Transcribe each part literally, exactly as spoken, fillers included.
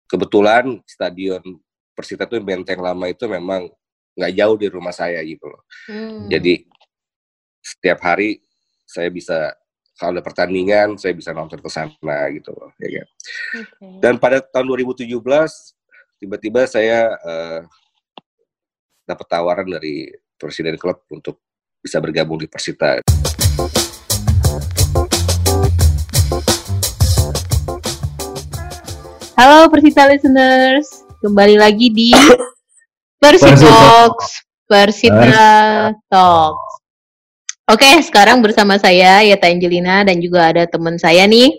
kebetulan stadion Persita itu Benteng Lama itu memang nggak jauh dari rumah saya gitu loh. Hmm. Jadi setiap hari saya bisa, kalau ada pertandingan saya bisa nonton ke sana gitu loh, ya kan. Okay. Dan pada tahun dua ribu tujuh belas tiba-tiba saya uh, dapat tawaran dari presiden klub untuk bisa bergabung di Persita. Halo Persita listeners, kembali lagi di Persita Talks, Persita Talks. Oke, sekarang bersama saya Yeta Angelina dan juga ada teman saya nih,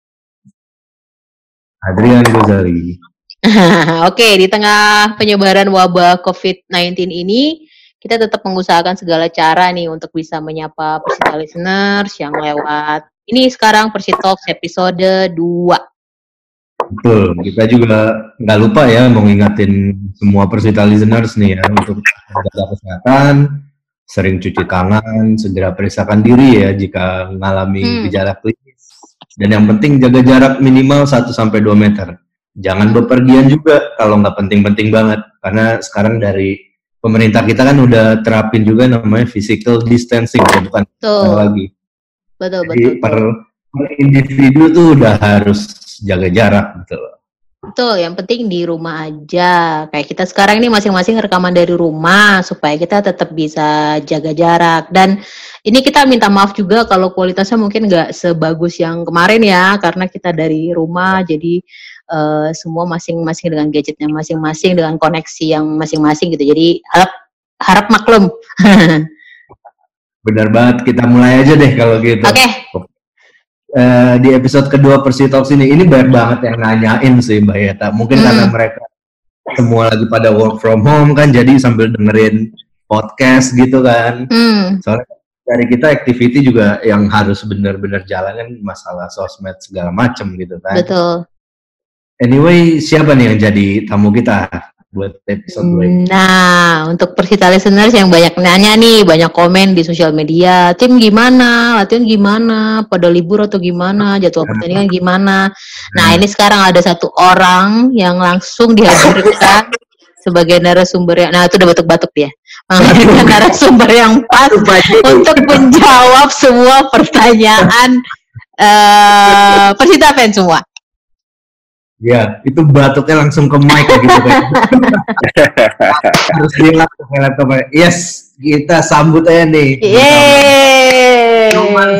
Adrian Gozali. Oke, di tengah penyebaran wabah covid sembilan belas ini, kita tetap mengusahakan segala cara nih untuk bisa menyapa Persita listeners yang lewat. Ini sekarang Persita Talks episode dua. Betul, kita juga nggak lupa ya mau ngingatin semua Persita listeners nih ya untuk jaga kesehatan, sering cuci tangan, segera periksakan diri ya jika mengalami hmm. gejala klinis. Dan yang penting jaga jarak minimal satu sampai dua meter. Jangan bepergian juga kalau nggak penting-penting banget. Karena sekarang dari pemerintah kita kan udah terapin juga namanya physical distancing, ya, bukan lagi. Betul, Jadi betul. per, per individu tuh udah harus jaga jarak gitu loh. Betul, yang penting di rumah aja. Kayak kita sekarang ini masing-masing rekaman dari rumah supaya kita tetap bisa jaga jarak. Dan ini kita minta maaf juga kalau kualitasnya mungkin nggak sebagus yang kemarin ya, karena kita dari rumah, jadi uh, semua masing-masing dengan gadgetnya masing-masing, dengan koneksi yang masing-masing gitu. Jadi harap harap maklum. Benar banget, kita mulai aja deh kalau gitu. Oke. Okay. Uh, di episode kedua Persita Talks ini, ini banyak banget yang nanyain sih Mbak Yeta. Mungkin hmm. karena mereka semua lagi pada work from home kan, jadi sambil dengerin podcast gitu kan. Hmm. Soalnya dari kita activity juga yang harus benar-benar jalan kan masalah sosmed segala macem gitu kan. Betul. Anyway, siapa nih yang jadi tamu kita buat episode dua ini? Nah, untuk Persita listeners yang banyak nanya nih, banyak komen di sosial media, tim gimana, latihan gimana, pada libur atau gimana, jadwal pertandingan gimana. Nah, ini sekarang ada satu orang yang langsung dihadirkan sebagai narasumber yang, nah itu udah batuk-batuk dia, menghadirkan narasumber yang pas untuk menjawab semua pertanyaan uh, Persita fans semua. Ya, itu batuknya langsung ke mic gitu kan. Harus bilang ke laptop. Yes, kita sambut aja nih. Yeay.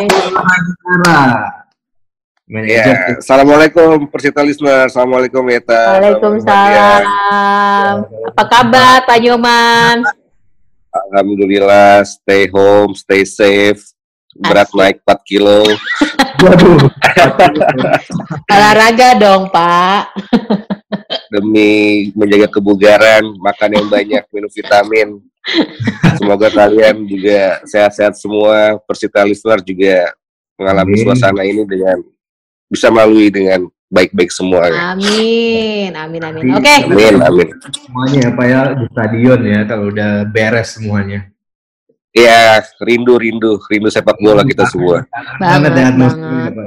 Ya, assalamualaikum Persita listener. Assalamualaikum Yeta. Waalaikumsalam. Apa kabar Pak Nyoman? Alhamdulillah, stay home, stay safe. Berat Asik. Naik empat kilo. Waduh. Olahraga dong, Pak. Demi menjaga kebugaran, makan yang banyak, minum vitamin. Semoga kalian juga sehat-sehat semua. Persita listener juga mengalami amin. Suasana ini dengan bisa melalui dengan baik-baik semua. Amin, amin, amin. Oke. Okay. Amin, amin. Semuanya ya, Pak ya, di stadion ya, kalau udah beres semuanya. Iya, rindu, rindu, rindu sepak bola kita semua. Banget, banget.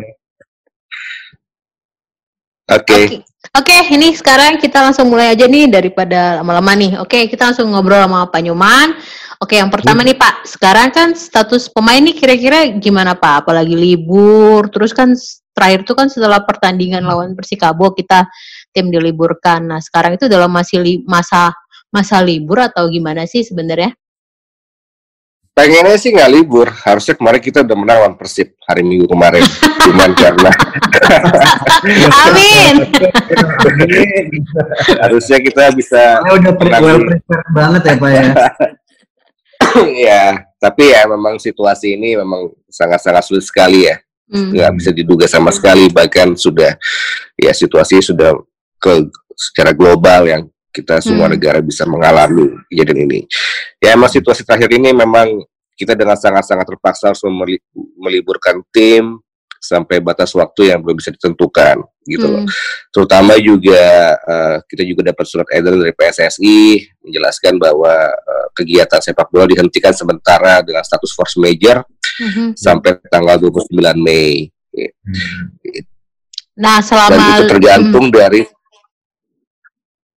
Oke. Oke, ini sekarang kita langsung mulai aja nih daripada lama-lama nih. Oke, kita langsung ngobrol sama Pak Nyoman. Oke, yang pertama nih Pak, sekarang kan status pemain nih kira-kira gimana Pak? Apalagi libur, terus kan terakhir itu kan setelah pertandingan lawan Persikabo kita tim diliburkan. Nah, sekarang itu dalam masih li- masa masa libur atau gimana sih sebenarnya? Pengennya sih nggak libur, harusnya kemarin kita udah menang lawan Persib hari Minggu kemarin, cuman karena Amin. harusnya kita bisa. Ya udah well prepared banget ya Pak ya. Ya, tapi ya memang situasi ini memang sangat-sangat sulit sekali ya, nggak hmm. bisa diduga sama sekali, bahkan sudah ya situasi sudah ke secara global yang kita semua hmm. negara bisa mengalami kejadian ini. Ya emang situasi terakhir ini memang kita dengan sangat-sangat terpaksa harus meliburkan tim sampai batas waktu yang belum bisa ditentukan gitu hmm. loh. Terutama juga uh, kita juga dapat surat edaran dari P S S I menjelaskan bahwa uh, kegiatan sepak bola dihentikan sementara dengan status force majeure hmm. sampai tanggal dua puluh sembilan Mei. Nah, selama dan itu tergantung hmm. dari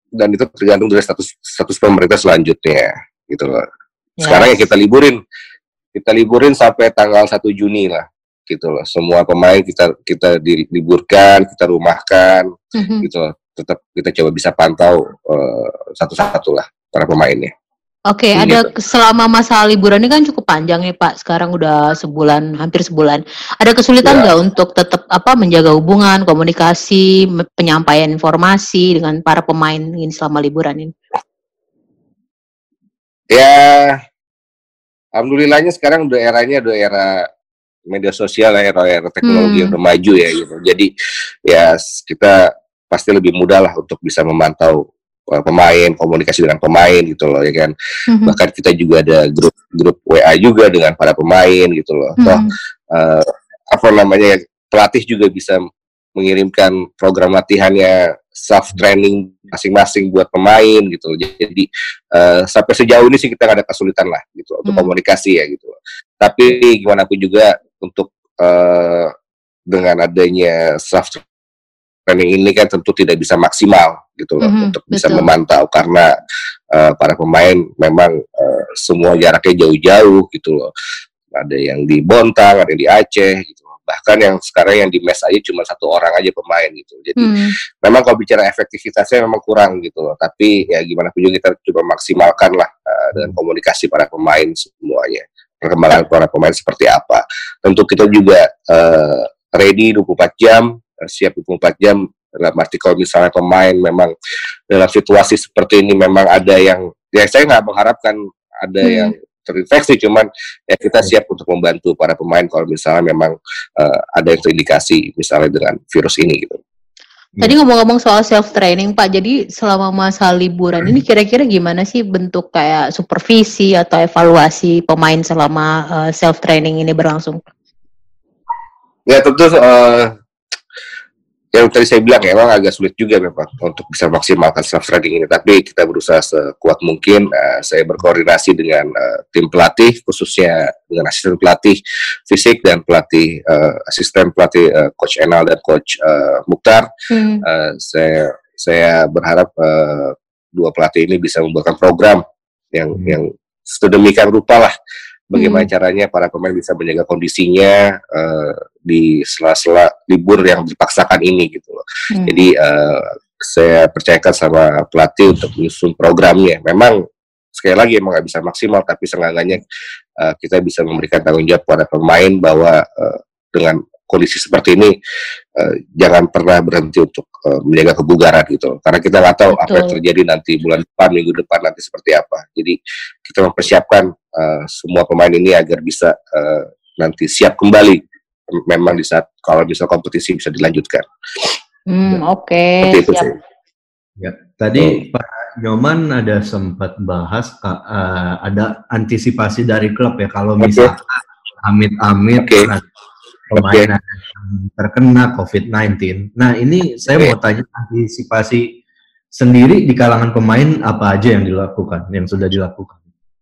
dan itu tergantung dari status status pemerintah selanjutnya gitu loh. Sekarang yes. ya kita liburin, kita liburin sampai tanggal satu Juni lah, gitu loh. Semua pemain kita kita diliburkan, kita rumahkan, mm-hmm. gitu loh. Tetap kita coba bisa pantau uh, satu-satu lah para pemainnya. Oke, okay, ada gitu. Selama masa liburan ini kan cukup panjang ya Pak. Sekarang udah sebulan, hampir sebulan. Ada kesulitan nggak ya. Untuk tetap apa menjaga hubungan, komunikasi, penyampaian informasi dengan para pemain ini selama liburan ini? Ya, alhamdulillahnya sekarang udah eranya udah era media sosial, era era teknologi hmm. yang udah maju ya gitu. Jadi ya kita pasti lebih mudah lah untuk bisa memantau pemain, komunikasi dengan pemain gitu loh ya kan. Mm-hmm. Bahkan kita juga ada grup-grup W A juga dengan para pemain gitu loh. Mm-hmm. Toh uh, apa namanya pelatih juga bisa mengirimkan program latihannya, self training masing-masing buat pemain gitu. Jadi uh, sampai sejauh ini sih kita nggak ada kesulitan lah gitu mm-hmm. untuk komunikasi ya gitu. Tapi gimana pun juga untuk uh, dengan adanya self training ini kan tentu tidak bisa maksimal gitu loh mm-hmm, untuk bisa betul. Memantau karena uh, para pemain memang uh, semua jaraknya jauh-jauh gitu loh. Ada yang di Bontang, ada yang di Aceh gitu loh. Bahkan yang sekarang yang di mes aja cuma satu orang aja pemain gitu. Jadi mm. memang kalau bicara efektivitasnya memang kurang gitu loh. Tapi ya gimana pun juga kita coba maksimalkan lah uh, dengan komunikasi para pemain semuanya. Perkembangan para pemain seperti apa. Tentu kita juga uh, ready dua puluh empat jam, siap dua puluh empat jam dalam arti kalau misalnya pemain memang dalam situasi seperti ini memang ada yang ya saya nggak mengharapkan ada hmm. yang terinfeksi, cuman ya kita siap untuk membantu para pemain kalau misalnya memang uh, ada yang terindikasi misalnya dengan virus ini gitu. Tadi ngomong-ngomong soal self training Pak, jadi selama masa liburan ini kira-kira gimana sih bentuk kayak supervisi atau evaluasi pemain selama uh, self training ini berlangsung? Ya tentu uh, yang tadi saya bilang ya, memang agak sulit juga memang untuk bisa maksimalkan self training ini, tapi kita berusaha sekuat mungkin. Uh, saya berkoordinasi dengan uh, tim pelatih, khususnya dengan asisten pelatih fisik dan pelatih uh, asisten pelatih uh, Coach Enal dan Coach uh, Mukhtar. Hmm. Uh, saya saya berharap uh, dua pelatih ini bisa membuatkan program yang hmm. yang sedemikian rupa lah. Bagaimana hmm. caranya para pemain bisa menjaga kondisinya uh, di sela-sela libur yang dipaksakan ini gitu loh. Hmm. Jadi uh, saya percayakan sama pelatih untuk menyusun programnya. Memang sekali lagi emang nggak bisa maksimal, tapi seenggaknya uh, kita bisa memberikan tanggung jawab pada pemain bahwa uh, dengan kondisi seperti ini uh, jangan pernah berhenti untuk uh, menjaga kebugaran gitu. Karena kita nggak tahu Betul. Apa yang terjadi nanti bulan depan, minggu depan nanti seperti apa. Jadi kita mempersiapkan uh, semua pemain ini agar bisa uh, nanti siap kembali memang di saat kalau misal kompetisi bisa dilanjutkan. Hmm, Oke. Okay. Siap. Ya, tadi hmm. Pak Nyoman ada sempat bahas uh, uh, ada antisipasi dari klub ya kalau misalkan okay. amit-amit okay. pemain okay. terkena covid sembilan belas. Nah ini saya okay. mau tanya antisipasi sendiri di kalangan pemain apa aja yang dilakukan, yang sudah dilakukan?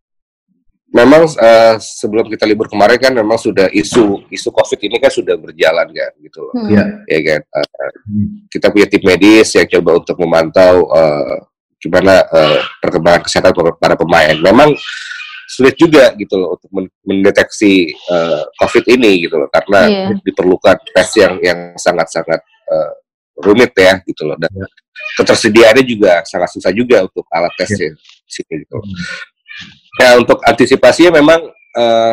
Memang uh, sebelum kita libur kemarin kan memang sudah isu isu COVID ini kan sudah berjalan kan gitu loh. Hmm. Ya, ya kan. Uh, hmm. Kita punya tim medis yang coba untuk memantau uh, gimana uh, perkembangan kesehatan para pemain. Memang sulit juga gitu loh untuk mendeteksi uh, COVID ini gitu loh karena yeah. diperlukan tes yang yang sangat-sangat uh, rumit ya gitu loh dan yeah. ketersediaannya juga sangat susah juga untuk alat tesnya yeah. sini gitu. Hmm. Nah untuk antisipasinya memang uh,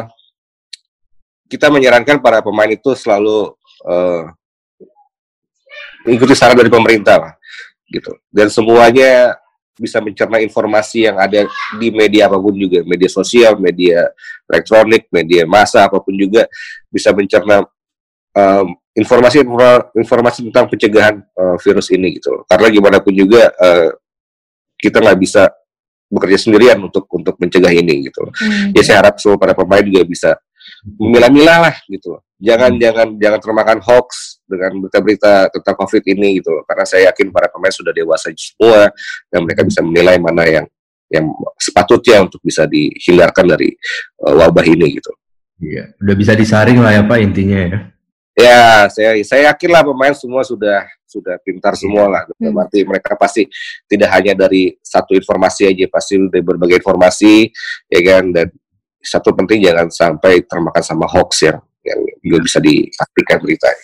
kita menyarankan para pemain itu selalu uh, mengikuti saran dari pemerintah lah gitu dan semuanya bisa mencerna informasi yang ada di media apapun juga, media sosial, media elektronik, media massa apapun juga bisa mencerna um, informasi informasi tentang pencegahan uh, virus ini gitu. Karena gimana pun juga uh, kita nggak bisa bekerja sendirian untuk untuk mencegah ini gitu. Hmm. Ya saya harap semua para pemain juga bisa memilah-milah lah gitu. Jangan hmm. jangan jangan termakan hoax dengan berita-berita tentang COVID ini gitu loh. Karena saya yakin para pemain sudah dewasa semua dan mereka bisa menilai mana yang yang sepatutnya untuk bisa dihindarkan dari uh, wabah ini gitu. Iya, udah bisa disaring lah ya Pak intinya ya. Ya, saya saya yakin lah pemain semua sudah sudah pintar semua lah. Hmm. Berarti mereka pasti tidak hanya dari satu informasi aja, pasti dari berbagai informasi, ya kan. Dan satu penting jangan sampai termakan sama hoax yang yang juga bisa dipastikan beritanya.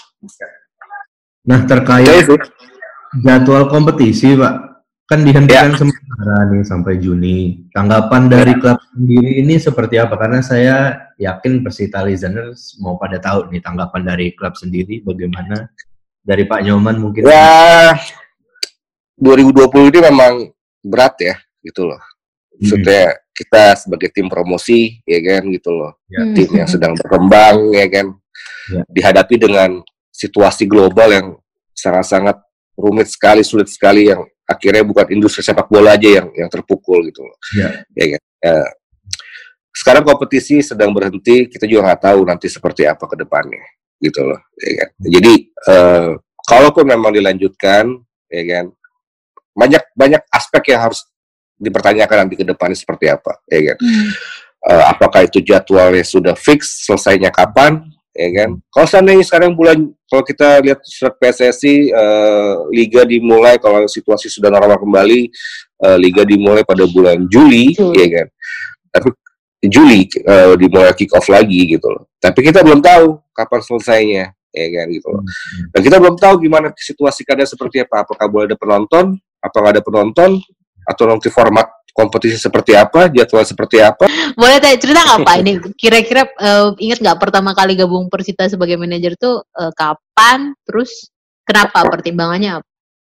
Nah, terkait ya, jadwal kompetisi, Pak, kan dihentikan ya. Sementara nih sampai Juni. Tanggapan dari ya. Klub sendiri ini seperti apa? Karena saya yakin Persita listeners mau pada tahu nih tanggapan dari klub sendiri bagaimana. Dari Pak Nyoman mungkin. Ya, dua ribu dua puluh ini memang berat ya, gitu loh. Maksudnya hmm. kita sebagai tim promosi, ya kan, gitu loh. Ya. Tim yang sedang berkembang, ya kan, ya. Dihadapi dengan situasi global yang sangat-sangat rumit sekali, sulit sekali, yang akhirnya bukan industri sepak bola aja yang yang terpukul, gitu loh. Ya. Ya kan. Ya. Sekarang kompetisi sedang berhenti, kita juga nggak tahu nanti seperti apa ke depannya, gitu loh. Ya kan. Jadi uh, kalaupun memang dilanjutkan, ya kan, banyak banyak aspek yang harus dipertanyakan nanti ke depannya seperti apa, ya kan. Hmm. Uh, apakah itu jadwalnya sudah fix, selesainya kapan, ya kan. Kalau seandainya sekarang bulan, kalau kita lihat surat P S S I, uh, liga dimulai kalau situasi sudah normal kembali, uh, liga dimulai pada bulan Juli, hmm. ya kan. Tapi Juli uh, dimulai kick off lagi gitu loh. Tapi kita belum tahu kapan selesainya, ya kan, gitu loh. Dan kita belum tahu gimana situasi keadaan seperti apa. Apakah boleh ada penonton, apakah ada penonton, atau nanti format kompetisi seperti apa, jadwal seperti apa. Boleh tanya, cerita nggak Pak ini? Kira-kira uh, ingat nggak pertama kali gabung Persita sebagai manajer tuh uh, kapan? Terus kenapa? Pertimbangannya apa?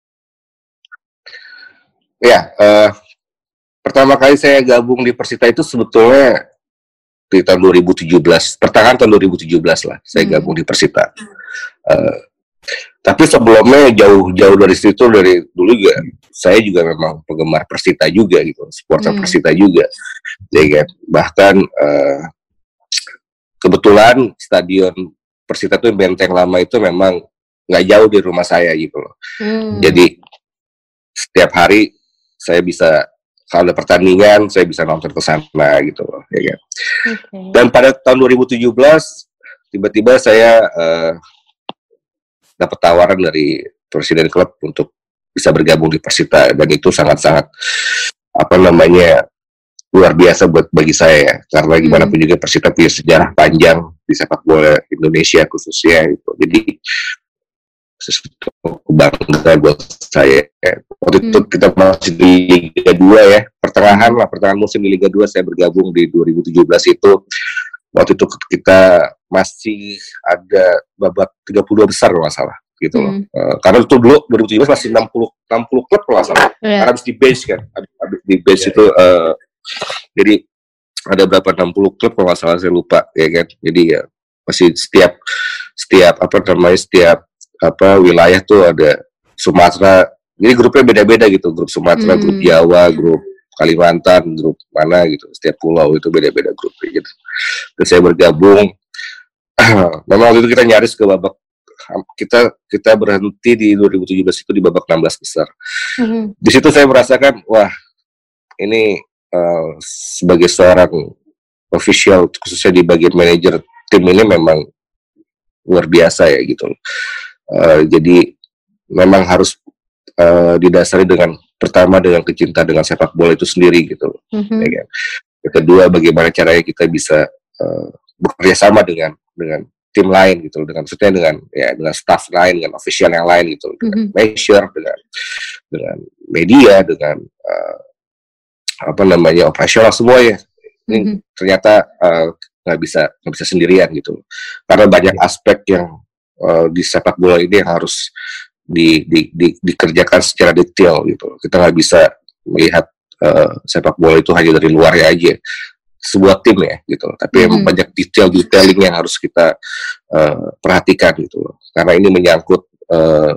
Ya, uh, pertama kali saya gabung di Persita itu sebetulnya di tahun dua ribu tujuh belas, pertengahan tahun dua ribu tujuh belas lah, saya hmm. gabung di Persita. Uh, tapi sebelumnya jauh-jauh dari situ, dari dulu juga, saya juga memang penggemar Persita juga gitu, supporter hmm. Persita juga. Ya kan? Bahkan uh, kebetulan stadion Persita itu Benteng Lama itu memang nggak jauh dari rumah saya gitu loh. Hmm. Jadi setiap hari saya bisa, kalau ada pertandingan, saya bisa nonton ke sana gitu loh, ya kan. Okay. Dan pada tahun dua ribu tujuh belas, tiba-tiba saya uh, dapat tawaran dari presiden klub untuk bisa bergabung di Persita, dan itu sangat-sangat apa namanya luar biasa buat bagi saya, karena gimana pun juga Persita punya sejarah panjang di sepak bola Indonesia khususnya gitu. Jadi sesuatu kebanggaan buat saya. Waktu hmm. itu kita masih di Liga dua ya, pertengahan lah, pertengahan musim di Liga dua saya bergabung di dua ribu tujuh belas itu. Waktu itu kita masih ada babak tiga puluh dua besar kalau nggak salah gitu loh. Hmm. Uh, karena itu dulu dua ribu tujuh belas masih enam puluh klub kalau nggak salah. Yeah. Karena habis di base kan, habis di base yeah. itu uh, jadi ada berapa enam puluh klub kalau nggak salah, saya lupa ya kan. Jadi ya masih setiap setiap apa namanya setiap apa wilayah tuh ada Sumatera, jadi grupnya beda-beda gitu, grup Sumatera, hmm. grup Jawa, grup Kalimantan, grup mana gitu, setiap pulau itu beda-beda grupnya gitu. Terus saya bergabung, memang waktu itu kita nyaris ke babak, kita kita berhenti di dua ribu tujuh belas itu di babak enam belas besar. Hmm. Di situ saya merasakan, wah ini uh, sebagai seorang official, khususnya di bagian manajer tim ini memang luar biasa ya gitu. Uh, jadi memang harus uh, didasari dengan pertama dengan kecintaan dengan sepak bola itu sendiri gitu, mm-hmm. ya kan? Yang kedua, bagaimana caranya kita bisa uh, bekerja sama dengan dengan tim lain gitu, dengan maksudnya dengan ya dengan staff lain, dengan official yang lain gitu, mm-hmm. dengan manager, dengan dengan media, dengan uh, apa namanya operasional semuanya. Ini mm-hmm. ternyata nggak uh, bisa nggak bisa sendirian gitu, karena banyak aspek yang Uh, di sepak bola ini yang harus di, di, di, dikerjakan secara detail gitu. Kita nggak bisa melihat uh, sepak bola itu hanya dari luarnya aja, sebuah tim ya gitu. Tapi mm-hmm. banyak detail-detailing yang harus kita uh, perhatikan gitu. Karena ini menyangkut uh,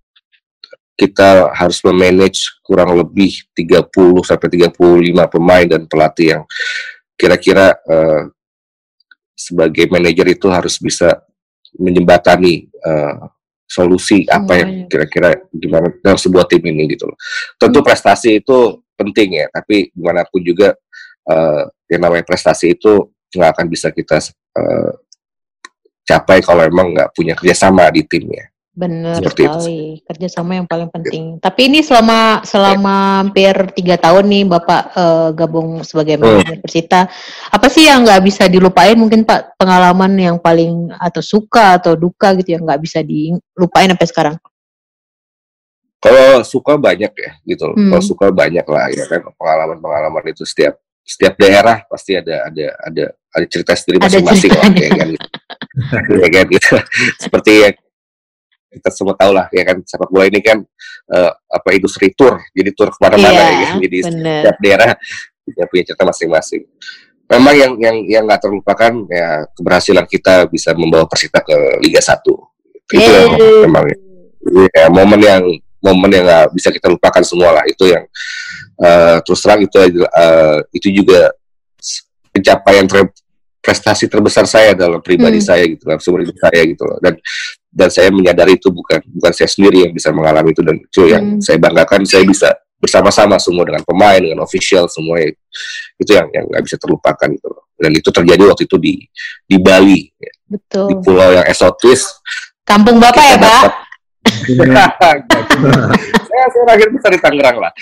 kita harus memanage kurang lebih tiga puluh sampai tiga puluh lima pemain dan pelatih yang kira-kira uh, sebagai manajer itu harus bisa menjembatani uh, solusi apa oh, yang kira-kira gimana dalam sebuah tim ini gitu loh. Tentu hmm. prestasi itu penting ya, tapi gimana pun juga uh, yang namanya prestasi itu nggak akan bisa kita uh, capai kalau emang nggak punya kerjasama di timnya. Benar sekali, kerjasama yang paling penting. Tapi ini selama selama hampir tiga tahun nih Bapak uh, gabung sebagai manajer Persita, apa sih yang nggak bisa dilupain mungkin Pak, pengalaman yang paling atau suka atau duka gitu yang nggak bisa dilupain sampai sekarang? Kalau suka banyak ya gitu, hmm. kalau suka banyak lah ya kan, pengalaman-pengalaman itu setiap setiap daerah pasti ada ada ada ada cerita sendiri masing-masing lah ya kan, ya kan gitu. Seperti ya kita semua tahu lah ya kan, sepak bola ini kan uh, apa industri tour, jadi tour kemana-mana yeah, ya kan, jadi bener. Setiap daerah punya, punya cerita masing-masing. Memang yang yang yang nggak terlupakan ya keberhasilan kita bisa membawa Persita ke Liga satu. Itu yeah. yang memang ya, momen yang momen yang nggak bisa kita lupakan semua lah. Itu yang uh, terus terang itu uh, itu juga pencapaian ter, prestasi terbesar saya dalam pribadi hmm. saya gitu, dalam sumber hidup saya gitu loh. Dan dan saya menyadari itu bukan bukan saya sendiri yang bisa mengalami itu, dan itu yang hmm. saya banggakan, saya bisa bersama-sama semua dengan pemain, dengan official semua, itu yang yang nggak bisa terlupakan gitu loh. Dan itu terjadi waktu itu di di Bali, ya. Betul. Di pulau yang eksotis. Kampung Bapak ya Pak? saya saya lahir besar di Tangerang lah.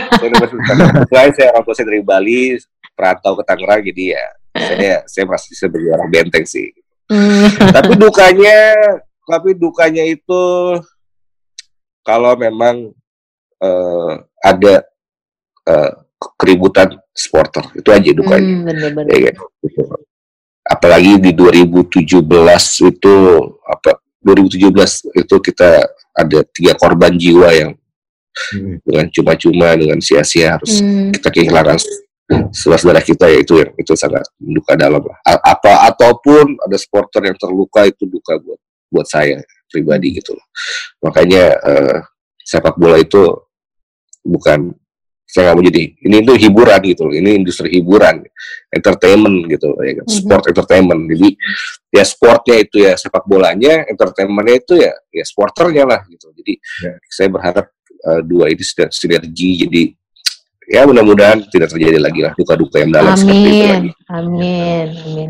Saya saya orang tua saya dari Bali, perantau ke Tangerang, jadi ya saya saya masih sebagai orang Benteng sih. Hmm. Tapi dukanya Tapi dukanya itu kalau memang uh, ada uh, keributan supporter, itu aja dukanya. Hmm, bener-bener. Ya, kan? Apalagi di dua ribu tujuh belas itu apa? dua ribu tujuh belas itu kita ada tiga korban jiwa yang hmm. dengan cuma-cuma, dengan sia-sia harus hmm. kita kehilangan saudara kita, ya itu yang itu sangat duka dalam lah. Apa ataupun ada supporter yang terluka, itu duka buat buat saya pribadi gitu loh. Makanya uh, sepak bola itu bukan, saya nggak mau jadi ini itu hiburan gitu loh. Ini industri hiburan, entertainment gitu loh, ya kan? Mm-hmm. Sport entertainment. Jadi ya sportnya itu ya sepak bolanya, entertainmentnya itu ya ya sporternya lah gitu. Jadi yeah. saya berharap uh, dua ini sudah sinergi, jadi ya mudah-mudahan tidak terjadi lagi lah duka-duka yang dalam seperti itu lagi. Amin, amin.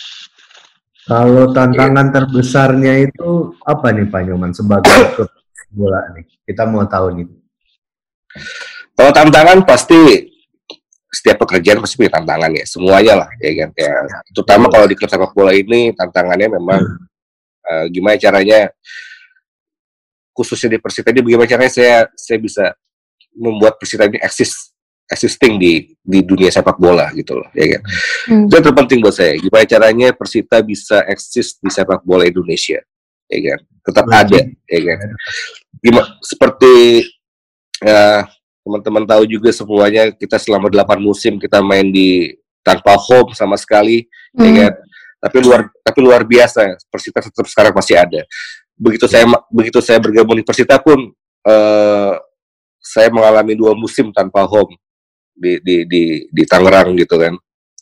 Kalau tantangan terbesarnya itu apa nih Pak Nyoman sebagai klub bola nih? Kita mau tahu nih. Kalau tantangan pasti setiap pekerjaan pasti punya tantangan ya, semuanya lah ya kan. Ya, terutama kalau di klub sepak bola ini tantangannya memang hmm. uh, gimana caranya, khususnya di Persita ini bagaimana caranya saya saya bisa membuat Persita ini eksis existing di di dunia sepak bola gitu loh, ya kan. Hmm. Itu yang terpenting buat saya. Gimana caranya Persita bisa eksis di sepak bola Indonesia, ya kan. Tetap hmm. ada, ya kan. Gimana seperti uh, teman-teman tahu juga semuanya, kita selama delapan musim kita main di tanpa home sama sekali, hmm. ya kan. Tapi luar tapi luar biasa, Persita tetap sekarang masih ada. Begitu saya begitu saya bergabung di Persita pun uh, saya mengalami dua musim tanpa home di di di di Tangerang gitu kan.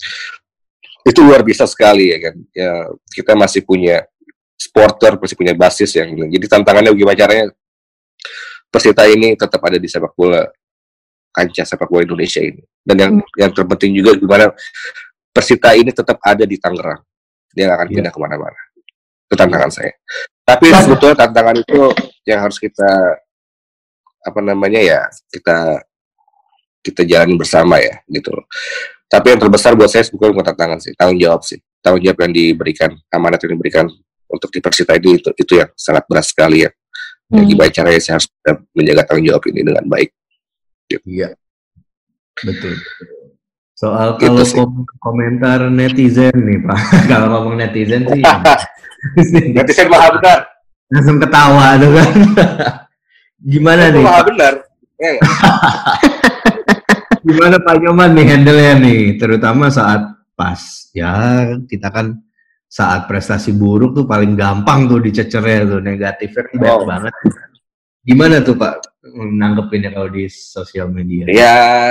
Itu luar biasa sekali ya kan. Ya, kita masih punya supporter, masih punya basis yang, jadi tantangannya bagaimana caranya Persita ini tetap ada di sepak bola, kancah sepak bola Indonesia ini. Dan yang hmm. yang terpenting juga gimana Persita ini tetap ada di Tangerang. Dia nggak akan pindah yeah. kemana-mana. Itu tantangan saya. Tapi sebetulnya tantangan itu yang harus kita apa namanya ya kita kita jalani bersama ya gitu loh. Tapi yang terbesar buat saya bukan tantangan sih, tanggung jawab sih, tanggung jawab yang diberikan, amanat yang diberikan untuk di Persita ini, itu itu yang sangat berat sekali ya. Hmm. Jadi baik caranya saya harus menjaga tanggung jawab ini dengan baik. Gitu. Iya, betul. Soal gitu kalau kom- komentar netizen nih Pak, kalau ngomong netizen sih, netizen maha benar, langsung ketawa tuh kan. Gimana itu nih? Maha benar. Ya, ya. Gimana Pak Nyoman nih handle-nya nih, terutama saat pas ya kita kan saat prestasi buruk tuh paling gampang tuh dicecernya tuh, negatifnya kan banyak oh. banget. Gimana tuh Pak nanggepinnya kalau di sosial media? Ya,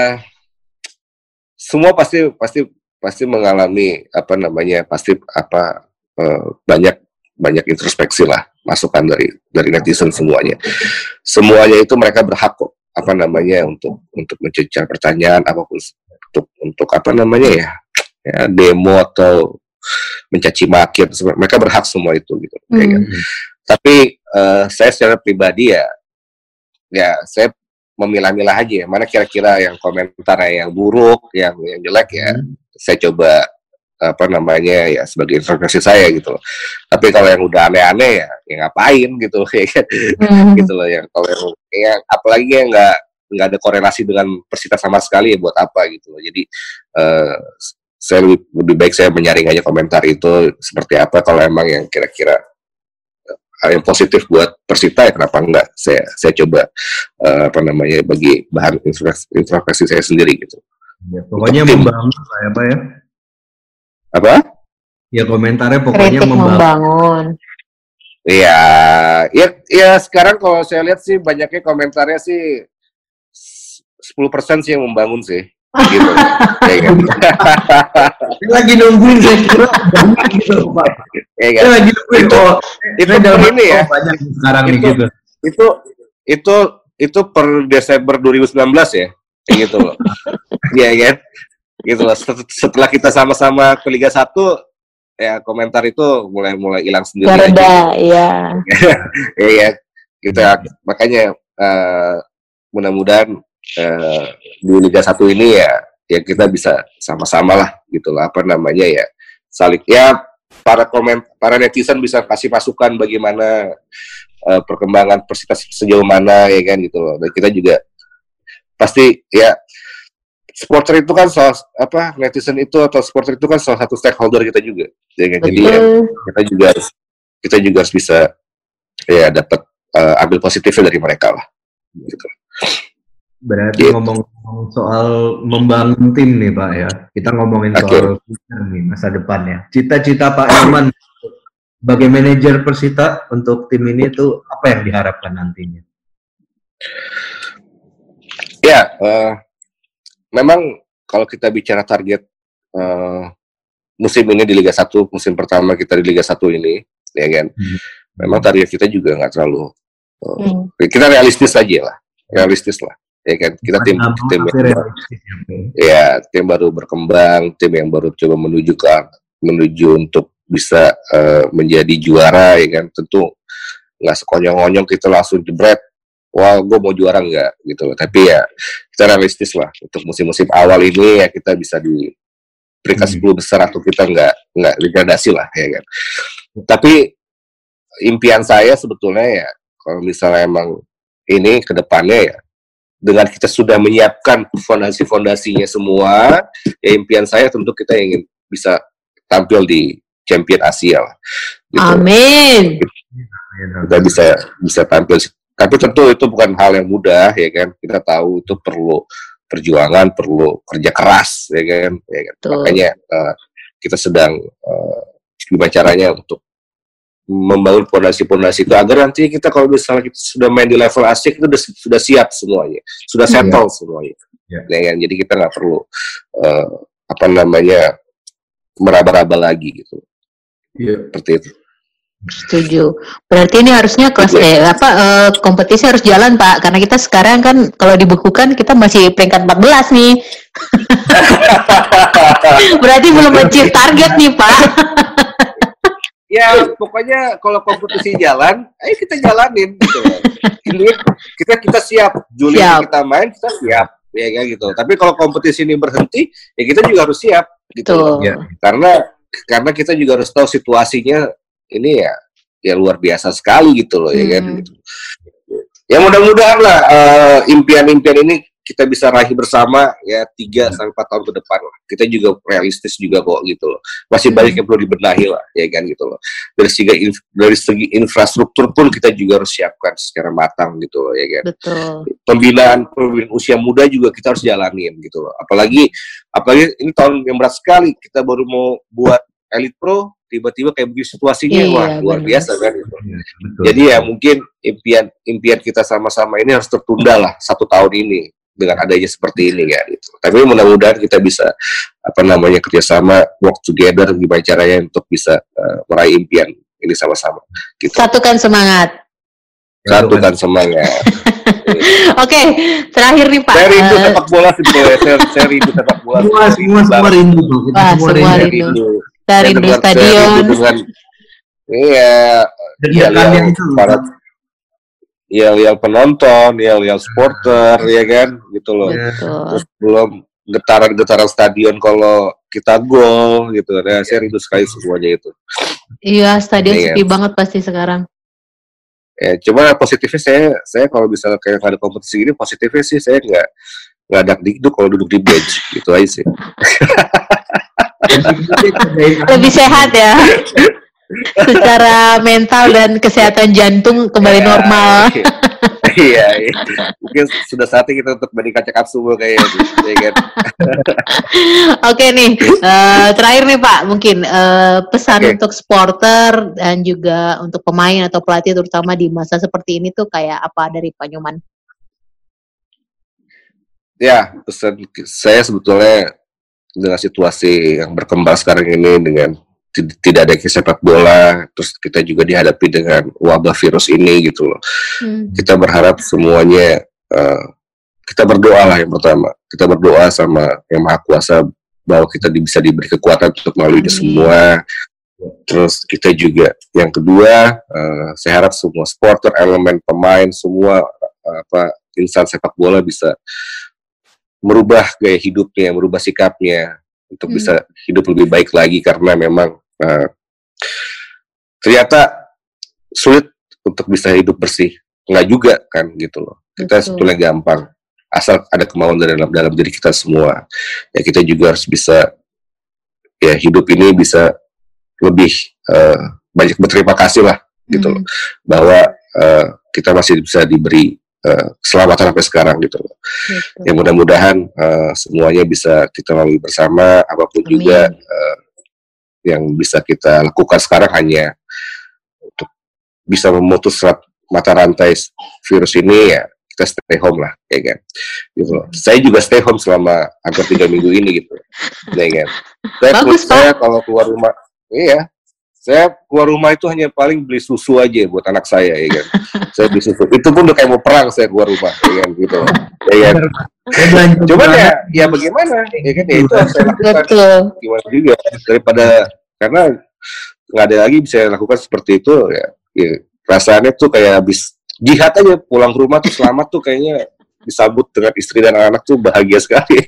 semua pasti pasti pasti mengalami apa namanya pasti apa uh, banyak banyak introspeksi lah, masukan dari dari netizen semuanya. Semuanya itu mereka berhak kok apa namanya untuk untuk mencecar pertanyaan apapun, untuk untuk apa namanya ya, ya demo atau mencaci maki, mereka berhak semua itu gitu. Hmm. Ya kan? Tapi uh, saya secara pribadi ya, ya saya memilah-milah aja, mana kira-kira yang komentar yang buruk, yang yang jelek ya, hmm. saya coba apa namanya ya sebagai informasi saya gitu loh. Tapi kalau yang udah aneh-aneh ya, ya ngapain gitu, hmm. gitu loh. Yang kalau yang, yang apalagi yang nggak nggak ada korelasi dengan Persita sama sekali ya buat apa gitu loh. Jadi uh, saya lebih, lebih baik saya menyaring aja komentar itu seperti apa. Kalau emang yang kira-kira uh, yang positif buat Persita ya kenapa enggak saya saya coba uh, apa namanya bagi bahan informasi saya sendiri gitu. Ya, pokoknya membangun lah ya Pak ya. Apa? Ya komentarnya pokoknya kritik membangun. membangun. Iya, ya, ya sekarang kalau saya lihat sih banyaknya komentarnya sih sepuluh persen sih yang membangun sih. Gitu. Ya, kan? Lagi nungguin saya kira banyak gitu Pak. Ya, kan? Lagi nungguin itu, oh, itu per ini ya. Banyak sekarang itu, nih gitu. Itu itu itu per Desember dua ribu sembilan belas ya. Kayak gitu loh. Iya kan? Gitu loh. Setelah kita sama-sama ke Liga satu ya komentar itu mulai mulai hilang sendiri. Garda, iya. Iya, gitu ya. Makanya uh, mudah-mudahan uh, di Liga satu ini ya ya kita bisa sama-sama lah gitu lah apa namanya ya saling ya para komen para netizen bisa kasih masukan bagaimana uh, perkembangan Persita sejauh mana ya kan gitu loh. Dan kita juga pasti ya supporter itu kan salah apa netizen itu atau supporter itu kan salah satu stakeholder kita juga ya kan? Jadi ya, kita juga harus kita juga harus bisa ya dapat uh, ambil positifnya dari mereka lah gitu. Berarti gitu. Ngomong-ngomong soal membangun tim nih Pak ya, kita ngomongin okay. soal nih, masa depan ya. Cita-cita Pak Ilman sebagai manajer Persita untuk tim ini itu apa yang diharapkan nantinya? Ya, uh, memang kalau kita bicara target uh, musim ini di Liga satu, musim pertama kita di Liga satu ini, ya kan, hmm. memang target kita juga nggak terlalu, uh, hmm. kita realistis aja lah, realistis lah, ya kan, kita tim tim yang baru, ya tim baru berkembang, tim yang baru coba menuju ke menuju untuk bisa uh, menjadi juara, ya kan, tentu nggak sekonyong-konyong kita langsung jebret. Wah, gue mau juara enggak gitu loh. Tapi ya kita realistis lah untuk musim-musim awal ini ya kita bisa di peringkat sepuluh hmm. besar atau kita enggak enggak degradasi lah ya kan. Tapi impian saya sebetulnya ya kalau misalnya emang ini ke depannya ya dengan kita sudah menyiapkan fondasi-fondasinya semua, ya impian saya tentu kita ingin bisa tampil di Champion Asia lah. Gitu. Amin. Kita bisa bisa tampil. Tapi tentu itu bukan hal yang mudah, ya kan? Kita tahu itu perlu perjuangan, perlu kerja keras, ya kan? Ya kan? Makanya uh, kita sedang uh, gimana caranya untuk membangun fondasi-fondasi itu agar nanti kita kalau misalnya kita sudah main di level Asia itu sudah, sudah siap semuanya, sudah settle yeah. semuanya, yeah. ya kan? Jadi kita nggak perlu uh, apa namanya meraba-raba lagi gitu, yeah. seperti itu. Setuju. Berarti ini harusnya kelas eh apa eh, kompetisi harus jalan Pak, karena kita sekarang kan kalau dibukukan kita masih peringkat empat belas nih. Berarti belum achieve target nih Pak. Ya pokoknya kalau kompetisi jalan, ayo kita jalanin gitu. Ini kita kita siap. Juli siap. Kita main kita siap, ya kayak gitu. Tapi kalau kompetisi ini berhenti, ya kita juga harus siap gitu. Ya. Karena karena kita juga harus tahu situasinya. Ini ya ya luar biasa sekali gitu loh hmm. ya kan gitu. Ya mudah-mudahan lah uh, impian-impian ini kita bisa raih bersama ya tiga sampai empat tahun ke depan lah. Kita juga realistis juga kok gitu loh. Masih hmm. banyak yang perlu dibenahi lah ya kan gitu loh. Dari segi dari segi infrastruktur pun kita juga harus siapkan secara matang gitu loh ya kan. Betul. Pembinaan pembinaan usia muda juga kita harus jalanin gitu loh. Apalagi apalagi ini tahun yang berat sekali, kita baru mau buat Elite Pro tiba-tiba kayak begitu situasinya, iya, wah luar bener. biasa kan gitu. Ya, jadi ya mungkin impian impian kita sama-sama ini harus tertunda lah satu tahun ini dengan adanya seperti ini ya gitu. Tapi mudah-mudahan kita bisa apa namanya kerjasama, work together gimana caranya untuk bisa uh, meraih impian ini sama-sama. Gitu. Satukan semangat. Satukan semangat. Oke, okay, terakhir nih Pak. Saya rindu sepak bola sih, saya, saya rindu sepak bola. Semua semua semua rindu, Wah, semua rindu. rindu. Kita rindu stadion. Dengan, iya, iya, yang para, iya, yang penonton, iya, yang supporter, ya kan, gitu loh. Betul. Terus belum getaran-getaran stadion kalau kita gol, gitu. Nah, saya rindu sekali semuanya itu. Iya, stadion ya, sepi kan? banget pasti sekarang. Ya, cuma positifnya saya, saya kalau misalnya kayak ada kompetisi gini, positifnya sih saya nggak nggak ada dikduk kalau duduk di bench, gitu aja sih. Lebih sehat ya. Secara mental dan kesehatan jantung kembali ya, normal. Iya, iya, mungkin sudah saatnya kita untuk bandingkan check up subuh kayaknya. Ya, kan? Oke nih, uh, terakhir nih Pak, mungkin uh, pesan okay. untuk supporter dan juga untuk pemain atau pelatih terutama di masa seperti ini tuh kayak apa dari Pak Nyoman? Ya, pesan saya sebetulnya dengan situasi yang berkembang sekarang ini dengan tidak ada sepak bola, terus kita juga dihadapi dengan wabah virus ini gitu loh. Hmm. Kita berharap semuanya, uh, kita berdoa lah yang pertama. Kita berdoa sama Yang Maha Kuasa bahwa kita bisa diberi kekuatan untuk melalui ini semua. Terus kita juga, yang kedua, uh, saya harap semua supporter, elemen, pemain, semua uh, apa insan sepak bola bisa merubah gaya hidupnya, merubah sikapnya untuk hmm. bisa hidup lebih baik lagi, karena memang Uh, ternyata sulit untuk bisa hidup bersih, nggak juga kan gitu loh. Kita Betul. sebetulnya gampang asal ada kemauan dari dalam dalam diri kita semua. Ya kita juga harus bisa ya hidup ini bisa lebih uh, banyak berterima kasih lah gitu hmm. loh, bahwa uh, kita masih bisa diberi uh, keselamatan sampai sekarang gitu loh. Betul. Ya mudah-mudahan uh, semuanya bisa kita lalui bersama, apapun Amin. juga. Uh, yang bisa kita lakukan sekarang hanya untuk bisa memutus mata rantai virus ini, ya kita stay home lah, ya kan. Gitu loh. Saya juga stay home selama hampir tiga minggu ini gitu, ya kan. Saya, Bagus, saya kalau keluar rumah, iya, saya keluar rumah itu hanya paling beli susu aja buat anak saya, ya kan. Saya beli susu, itu pun udah kayak mau perang saya keluar rumah, ya kan, gitu loh. Ya kan. Cuman ya, ya bagaimana, ya kan, ya itu harus saya lakukan. Gimana juga, daripada, karena nggak ada lagi bisa lakukan seperti itu, ya, ya rasanya tuh kayak habis jihad aja, pulang ke rumah tuh selamat tuh kayaknya disambut dengan istri dan anak tuh bahagia sekali.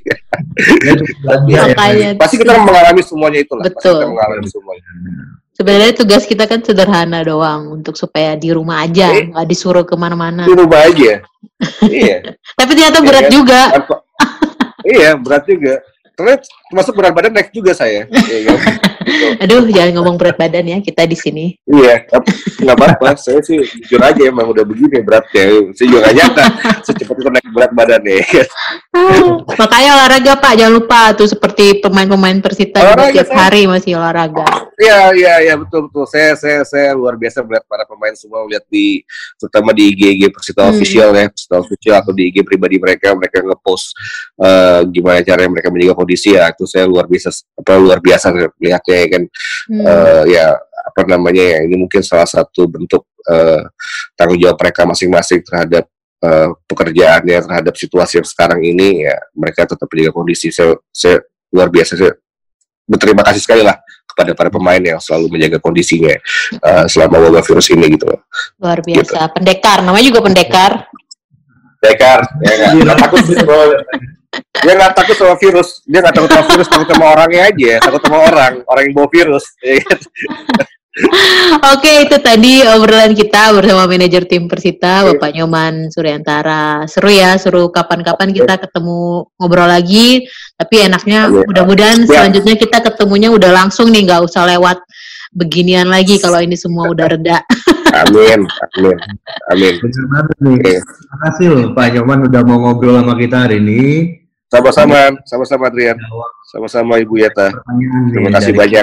Ya, ya, pasti kita mengalami semuanya itulah. Betul. Pasti kita mengalami semuanya. Sebenarnya tugas kita kan sederhana doang, untuk supaya di rumah aja, nggak eh, disuruh kemana-mana. Di rumah aja. Iya. Tapi ternyata berat ya, juga. Iya, berat juga. Ternyata termasuk berat badan naik juga saya. Iya, kan? Aduh, jangan ngomong berat badan ya, kita di sini. Iya, nggak apa-apa. Saya sih jujur aja emang udah begini beratnya. Saya juga nggak nyangka secepat itu naik berat badan ya. Makanya olahraga Pak, jangan lupa tuh seperti pemain-pemain Persita juga tiap saya... hari masih olahraga. Iya, iya, iya, betul betul. Saya saya saya luar biasa melihat para pemain semua, lihat di terutama di I G I G Persita hmm. official ya, Persita official atau di I G pribadi mereka, mereka ngepost uh, gimana caranya mereka menjaga kondisi, ya itu saya luar biasa apa luar biasa melihatnya kan. Hmm. Uh, ya apa namanya ya, ini mungkin salah satu bentuk uh, tanggung jawab mereka masing-masing terhadap uh, pekerjaannya, terhadap situasi yang sekarang ini, ya mereka tetap menjaga kondisi. Saya, saya luar biasa, saya berterima kasih sekali lah kepada para pemain yang selalu menjaga kondisinya uh, selama wabah virus ini gitu. Luar biasa, gitu. Pendekar, namanya juga pendekar. Pendekar, ya nggak takut dia nggak takut sama virus, dia nggak takut sama virus, takut sama orangnya aja, takut sama orang, orang yang bawa virus. Oke, itu tadi obrolan kita bersama manajer tim Persita, Bapak Nyoman Suryantara. Seru ya, seru. Kapan-kapan kita ketemu ngobrol lagi. Tapi enaknya mudah-mudahan selanjutnya kita ketemunya udah langsung nih, nggak usah lewat beginian lagi kalau ini semua udah reda. Amin, amin, amin. Terima kasih loh Pak Nyoman udah mau ngobrol sama kita hari ini. Sama-sama, sama-sama Adrian, sama-sama Ibu Yeta. Terima kasih banyak.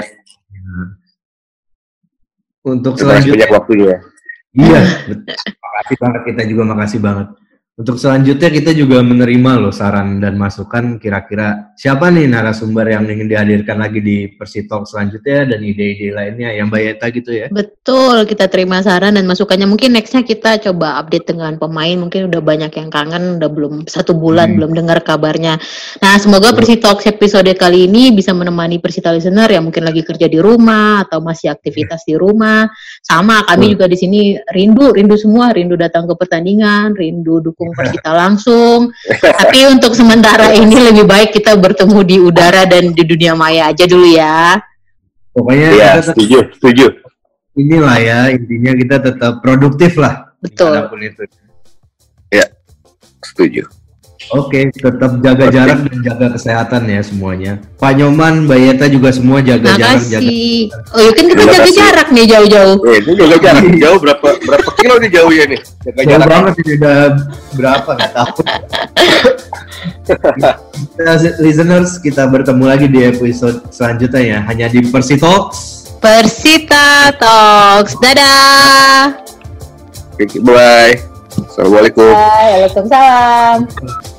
Untuk selanjutnya banyak waktunya. Iya, makasih banget, kita juga makasih banget. Untuk selanjutnya kita juga menerima loh saran dan masukan kira-kira siapa nih narasumber yang ingin dihadirkan lagi di Persitalk selanjutnya dan ide-ide lainnya yang Mbak Yeta gitu ya. Betul, kita terima saran dan masukannya. Mungkin nextnya kita coba update dengan pemain, mungkin udah banyak yang kangen, udah belum satu bulan hmm. belum dengar kabarnya. Nah semoga Persitalk episode kali ini bisa menemani Persita listener yang mungkin lagi kerja di rumah atau masih aktivitas di rumah. Sama kami hmm. juga di sini rindu, rindu semua, rindu datang ke pertandingan, rindu dukung Persita langsung. Tapi untuk sementara ini lebih baik kita bertemu di udara dan di dunia maya aja dulu ya. Pokoknya ya, kita setuju, setuju. Inilah ya intinya kita tetap produktif lah. Betul. Itu. Ya, setuju. Oke, tetap jaga jarak dan jaga kesehatan ya semuanya. Pak Nyoman, Mbak Yeta juga semua jaga jarak. Jaga. Oh, ya kan kita Terima jaga kasih. jarak nih jauh-jauh. Eh, itu jaga jarak jauh berapa berapa kilo nih jauhnya nih? Jaga jauh jarak banget ini udah berapa nggak tahu. Kita, listeners, kita bertemu lagi di episode selanjutnya ya, hanya di Persitalks. Persita Talks. Dadah. Bye. Assalamualaikum. Waalaikumsalam.